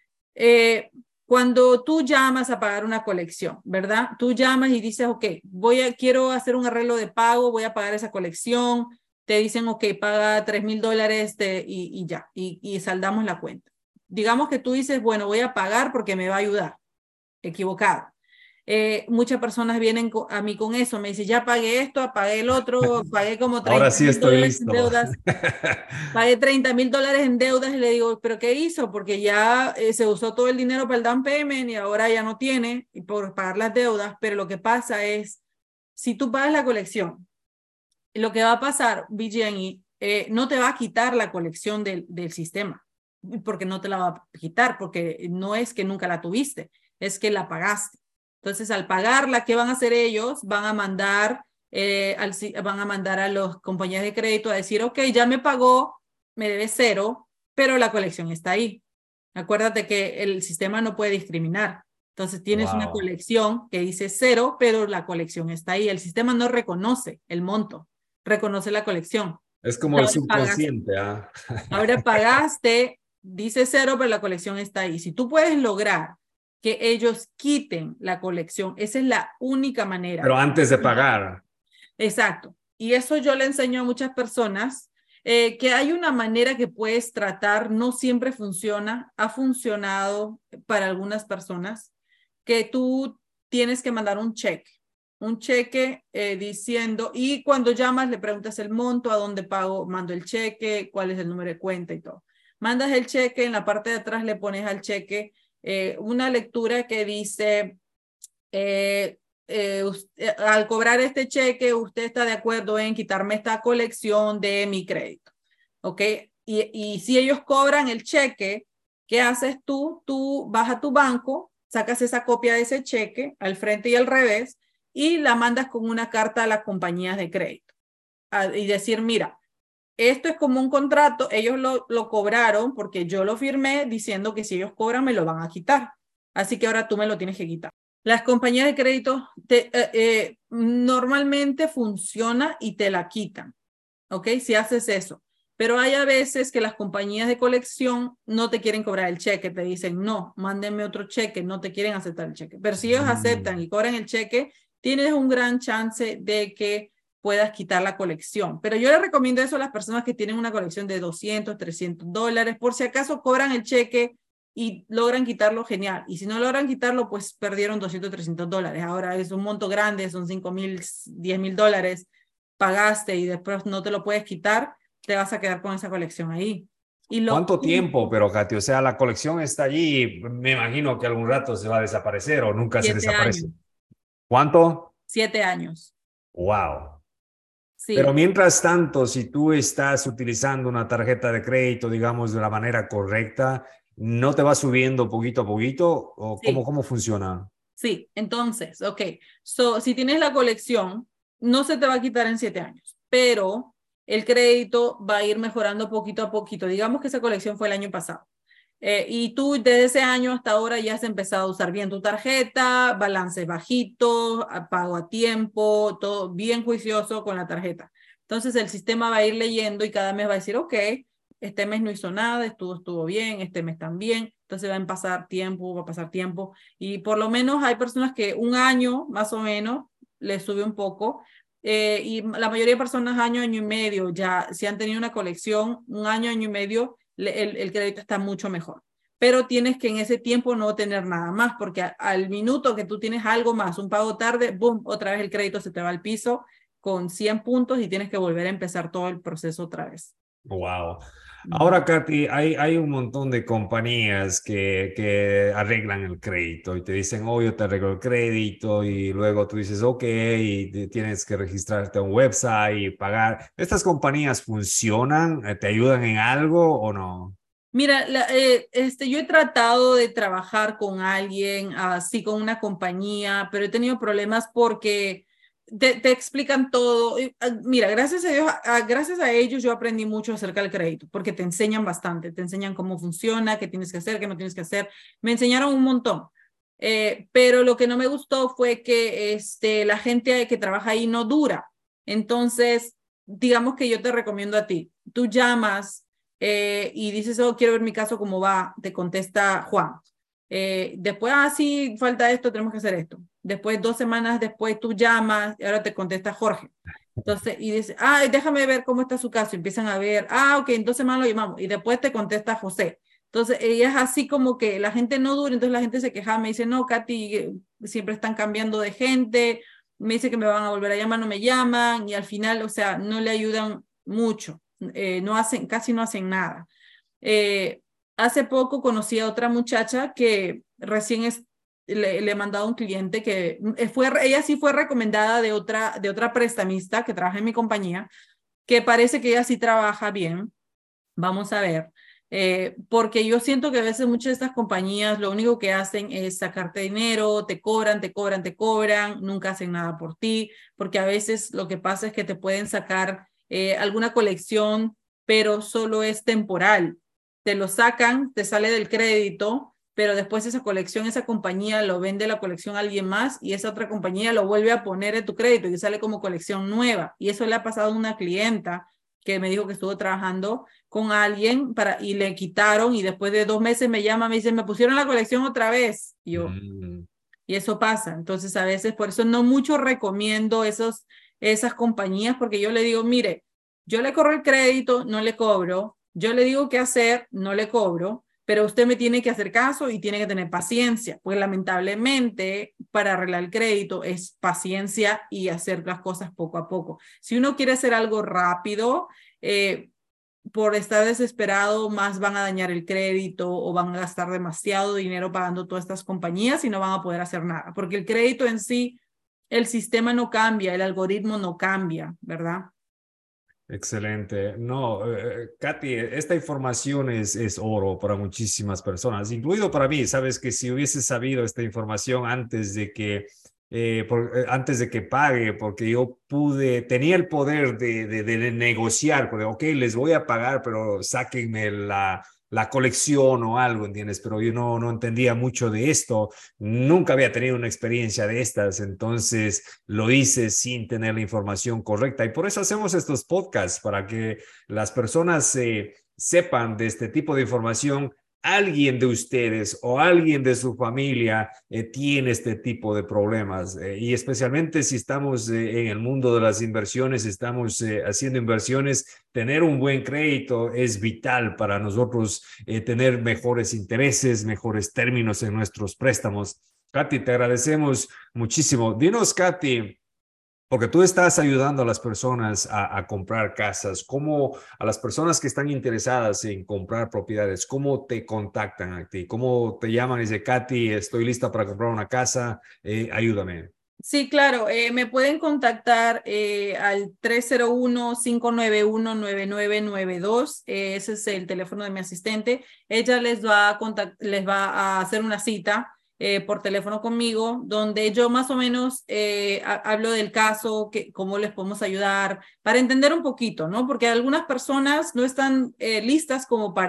eh, cuando tú llamas a pagar una colección, ¿verdad? Tú llamas y dices, ok, voy a, quiero hacer un arreglo de pago, voy a pagar esa colección. Te dicen, ok, paga tres mil dólares y, y ya, y, y saldamos la cuenta. Digamos que tú dices, bueno, voy a pagar porque me va a ayudar. Equivocado. Eh, muchas personas vienen a mí con eso, me dicen, ya pagué esto, pagué el otro, pagué como
Ahora
treinta
sí
mil
estoy
dólares en
listo.
deudas. Pagué treinta mil dólares en deudas y le digo, ¿pero qué hizo? Porque ya eh, se usó todo el dinero para el down payment y ahora ya no tiene y por pagar las deudas, pero lo que pasa es, si tú pagas la colección, lo que va a pasar, B G N, eh, no te va a quitar la colección del, del sistema, porque no te la va a quitar, porque no es que nunca la tuviste, es que la pagaste. Entonces, al pagarla, ¿qué van a hacer ellos? Van a mandar, eh, al, van a mandar a las compañías de crédito a decir, ok, ya me pagó, me debe cero, pero la colección está ahí. Acuérdate que el sistema no puede discriminar. Entonces tienes una
Wow.
colección que dice cero, pero la colección está ahí. El sistema no reconoce el monto, reconoce la colección.
Es como el
Ahora pagas,
subconsciente, ¿ah?
ahora pagaste, dice cero, pero la colección está ahí. Si tú puedes lograr que ellos quiten la colección, esa es la única manera.
Pero antes de pagar.
Exacto. Y eso yo le enseño a muchas personas, eh, que hay una manera que puedes tratar, no siempre funciona, ha funcionado para algunas personas, que tú tienes que mandar un cheque, un cheque eh, diciendo, y cuando llamas le preguntas el monto, a dónde pago, mando el cheque, cuál es el número de cuenta y todo. Mandas el cheque, en la parte de atrás le pones al cheque eh, una lectura que dice, eh, eh, usted, al cobrar este cheque, usted está de acuerdo en quitarme esta colección de mi crédito, ¿ok? Y, y si ellos cobran el cheque, ¿qué haces tú? Tú vas a tu banco, sacas esa copia de ese cheque al frente y al revés y la mandas con una carta a las compañías de crédito a, y decir, mira, esto es como un contrato, ellos lo, lo cobraron porque yo lo firmé diciendo que si ellos cobran me lo van a quitar, así que ahora tú me lo tienes que quitar. Las compañías de crédito te, eh, eh, normalmente funciona y te la quitan, ¿ok? Si haces eso. Pero hay a veces que las compañías de colección no te quieren cobrar el cheque, te dicen, no, mándenme otro cheque, no te quieren aceptar el cheque. Pero si ellos aceptan y cobran el cheque, tienes un gran chance de que puedas quitar la colección. Pero yo les recomiendo eso a las personas que tienen una colección de doscientos, trescientos dólares, por si acaso cobran el cheque y logran quitarlo, genial. Y si no logran quitarlo, pues perdieron doscientos, trescientos dólares. Ahora es un monto grande, son cinco mil, diez mil dólares, pagaste y después no te lo puedes quitar, te vas a quedar con esa colección ahí. Y lo
¿Cuánto tiempo, pero Katy? O sea, la colección está allí. Me imagino que algún rato se va a desaparecer o nunca se
siete años,
desaparece. ¿Cuánto?
siete años.
Wow. Pero
Sí,
mientras tanto, si tú estás utilizando una tarjeta de crédito, digamos, de la manera correcta, ¿no te va subiendo poquito a poquito? ¿O cómo,
sí,
cómo funciona?
sí. Entonces, ok. So, si tienes la colección, no se te va a quitar en siete años, pero el crédito va a ir mejorando poquito a poquito. Digamos que esa colección fue el año pasado. Eh, y tú desde ese año hasta ahora ya has empezado a usar bien tu tarjeta, balances bajitos, pago a tiempo, todo bien juicioso con la tarjeta. Entonces el sistema va a ir leyendo y cada mes va a decir, ok, este mes no hizo nada, estuvo, estuvo bien, este mes también. Entonces va a pasar tiempo, va a pasar tiempo. Y por lo menos hay personas que un año más o menos les sube un poco. Eh, y la mayoría de personas año, año y medio, ya si han tenido una colección, un año, año y medio, el, el crédito está mucho mejor. Pero tienes que en ese tiempo no tener nada más, porque a, al minuto que tú tienes algo más, un pago tarde, boom, otra vez el crédito se te va al piso con cien puntos y tienes que volver a empezar todo el proceso otra vez.
Wow. Ahora, Katy, hay, hay un montón de compañías que, que arreglan el crédito y te dicen, oh, yo te arreglo el crédito y luego tú dices, ok, y tienes que registrarte a un website y pagar. ¿Estas compañías funcionan? ¿Te ayudan en algo o no?
Mira, la, eh, este, yo he tratado de trabajar con alguien, así con una compañía, pero he tenido problemas porque te, te explican todo. Mira, gracias a Dios, a, gracias a ellos yo aprendí mucho acerca del crédito, porque te enseñan bastante, te enseñan cómo funciona, qué tienes que hacer, qué no tienes que hacer. Me enseñaron un montón. Eh, pero lo que no me gustó fue que este, la gente que trabaja ahí no dura. Entonces, digamos que yo te recomiendo a ti, tú llamas eh, y dices, oh, quiero ver mi caso cómo va, te contesta Juan. Eh, después, ah, sí, falta esto, tenemos que hacer esto. Después, dos semanas después, tú llamas y ahora te contesta Jorge. Entonces, y dice, ah, déjame ver cómo está su caso. Empiezan a ver, ah, ok, en dos semanas lo llamamos. Y después te contesta José. Entonces, ella es así como que la gente no dura, entonces la gente se queja, me dice, no, Katy, siempre están cambiando de gente, me dice que me van a volver a llamar, no me llaman, y al final, o sea, no le ayudan mucho, eh, no hacen, casi no hacen nada. Eh, hace poco conocí a otra muchacha que recién es, le, le he mandado a un cliente que fue, ella sí fue recomendada de otra, de otra prestamista que trabaja en mi compañía, que parece que ella sí trabaja bien, vamos a ver. Eh, porque yo siento que a veces muchas de estas compañías lo único que hacen es sacarte dinero, te cobran, te cobran, te cobran, nunca hacen nada por ti, porque a veces lo que pasa es que te pueden sacar eh, alguna colección, pero solo es temporal. Te lo sacan, te sale del crédito, pero después esa colección, esa compañía lo vende la colección a alguien más y esa otra compañía lo vuelve a poner en tu crédito y sale como colección nueva. Y eso le ha pasado a una clienta que me dijo que estuvo trabajando con alguien para, y le quitaron y después de dos meses me llama, me dice, me pusieron la colección otra vez. Y yo, mm. y eso pasa. Entonces a veces por eso no mucho recomiendo esos, esas compañías porque yo le digo, mire, yo le corro el crédito, no le cobro, yo le digo qué hacer, no le cobro, pero usted me tiene que hacer caso y tiene que tener paciencia, pues lamentablemente para arreglar el crédito es paciencia y hacer las cosas poco a poco. Si uno quiere hacer algo rápido, eh, por estar desesperado, más van a dañar el crédito o van a gastar demasiado dinero pagando todas estas compañías y no van a poder hacer nada, porque el crédito en sí, el sistema no cambia, el algoritmo no cambia, ¿verdad?
Excelente. No, eh, Katy, esta información es, es oro para muchísimas personas, incluido para mí. Sabes que si hubiese sabido esta información antes de que, eh, por, eh, antes de que pague, porque yo pude, tenía el poder de, de, de negociar, porque, ok, les voy a pagar, pero sáquenme la, la colección o algo, ¿entiendes? Pero yo no, no entendía mucho de esto, nunca había tenido una experiencia de estas, entonces lo hice sin tener la información correcta y por eso hacemos estos podcasts, para que las personas eh, sepan de este tipo de información. Alguien de ustedes o alguien de su familia eh, tiene este tipo de problemas eh, y especialmente si estamos eh, en el mundo de las inversiones, estamos eh, haciendo inversiones, tener un buen crédito es vital para nosotros eh, tener mejores intereses, mejores términos en nuestros préstamos. Katy, te agradecemos muchísimo. Dinos, Katy, porque tú estás ayudando a las personas a, a comprar casas, ¿cómo a las personas que están interesadas en comprar propiedades, cómo te contactan a ti? ¿Cómo te llaman y dicen, Katy, estoy lista para comprar una casa, eh, ayúdame?
Sí, claro, eh, me pueden contactar eh, al tres cero uno, cinco nueve uno, nueve nueve nueve dos, eh, ese es el teléfono de mi asistente. Ella les va a, contact les va a hacer una cita Eh, por teléfono conmigo, donde yo más o menos eh, hablo del caso, que, cómo les podemos ayudar, para entender un poquito, ¿no? Porque algunas personas no están eh, listas como para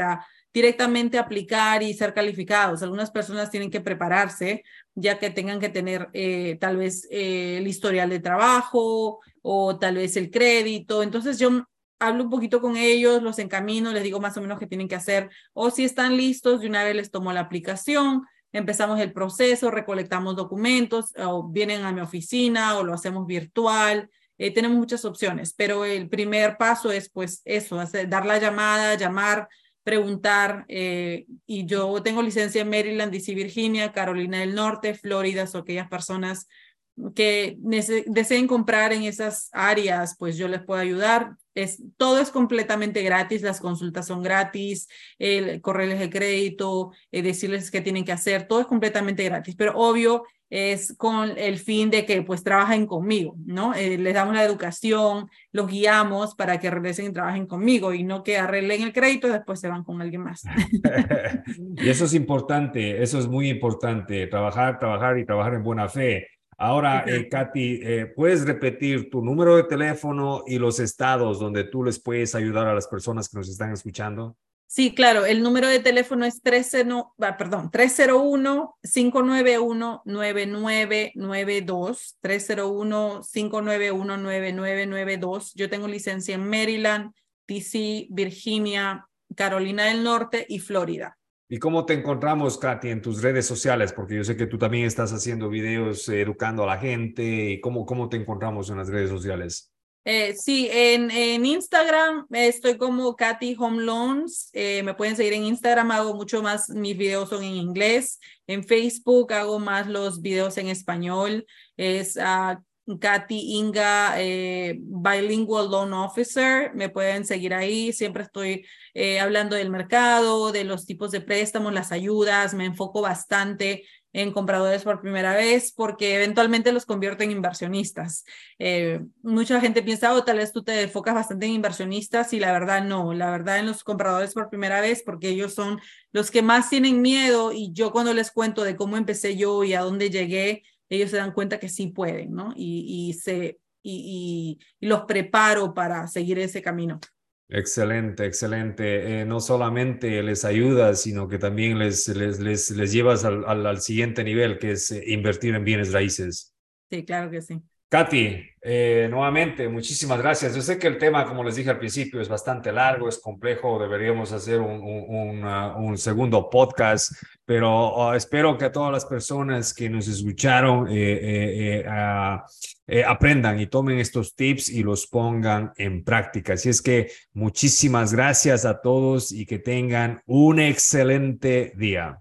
directamente aplicar y ser calificados. Algunas personas tienen que prepararse, ya que tengan que tener eh, tal vez eh, el historial de trabajo o tal vez el crédito. Entonces yo hablo un poquito con ellos, los encamino, les digo más o menos qué tienen que hacer, o si están listos, de una vez les tomo la aplicación, empezamos el proceso, recolectamos documentos, o vienen a mi oficina, o lo hacemos virtual. Eh, tenemos muchas opciones, pero el primer paso es pues eso, hacer, dar la llamada, llamar, preguntar, eh, y yo tengo licencia en Maryland, D C, Virginia, Carolina del Norte, Florida, o aquellas personas que deseen comprar en esas áreas, pues yo les puedo ayudar. Es, todo es completamente gratis, las consultas son gratis, el correrles el crédito, eh, decirles qué tienen que hacer, todo es completamente gratis, pero obvio es con el fin de que pues trabajen conmigo, ¿no? Eh, les damos la educación, los guiamos para que regresen y trabajen conmigo y no que arreglen el crédito y después se van con alguien más.
Y eso es importante, eso es muy importante, trabajar, trabajar y trabajar en buena fe. Ahora, eh, Katy, eh, ¿puedes repetir tu número de teléfono y los estados donde tú les puedes ayudar a las personas que nos están escuchando?
Sí, claro, el número de teléfono es tres cero, perdón, tres cero uno, cinco nueve uno, nueve nueve nueve dos, tres cero uno, cinco nueve uno, nueve nueve nueve dos. Yo tengo licencia en Maryland, D C, Virginia, Carolina del Norte y Florida.
¿Y cómo te encontramos, Katy, en tus redes sociales? Porque yo sé que tú también estás haciendo videos eh, educando a la gente. ¿Y cómo, cómo te encontramos en las redes sociales?
Eh, sí, en, en Instagram estoy como Katy Home Loans. Eh, me pueden seguir en Instagram, hago mucho más, mis videos son en inglés. En Facebook hago más los videos en español. Es uh, Katy Inga, eh, Bilingual Loan Officer. Me pueden seguir ahí. Siempre estoy eh, hablando del mercado, de los tipos de préstamos, las ayudas. Me enfoco bastante en compradores por primera vez, porque eventualmente los convierto en inversionistas. Eh, mucha gente piensa, oh, tal vez tú te enfocas bastante en inversionistas, y la verdad no, la verdad en los compradores por primera vez, porque ellos son los que más tienen miedo, y yo cuando les cuento de cómo empecé yo y a dónde llegué, ellos se dan cuenta que sí pueden, ¿no? Y, y, se, y, y, y los preparo para seguir ese camino.
Excelente, excelente. Eh, no solamente les ayudas, sino que también les, les, les, les llevas al, al, al siguiente nivel, que es eh, invertir en bienes raíces.
Sí, claro que sí.
Katy, eh, nuevamente, muchísimas gracias. Yo sé que el tema, como les dije al principio, es bastante largo, es complejo, deberíamos hacer un, un, un, uh, un segundo podcast, pero uh, espero que a todas las personas que nos escucharon eh, eh, eh, uh, eh, aprendan y tomen estos tips y los pongan en práctica. Así es que muchísimas gracias a todos y que tengan un excelente día.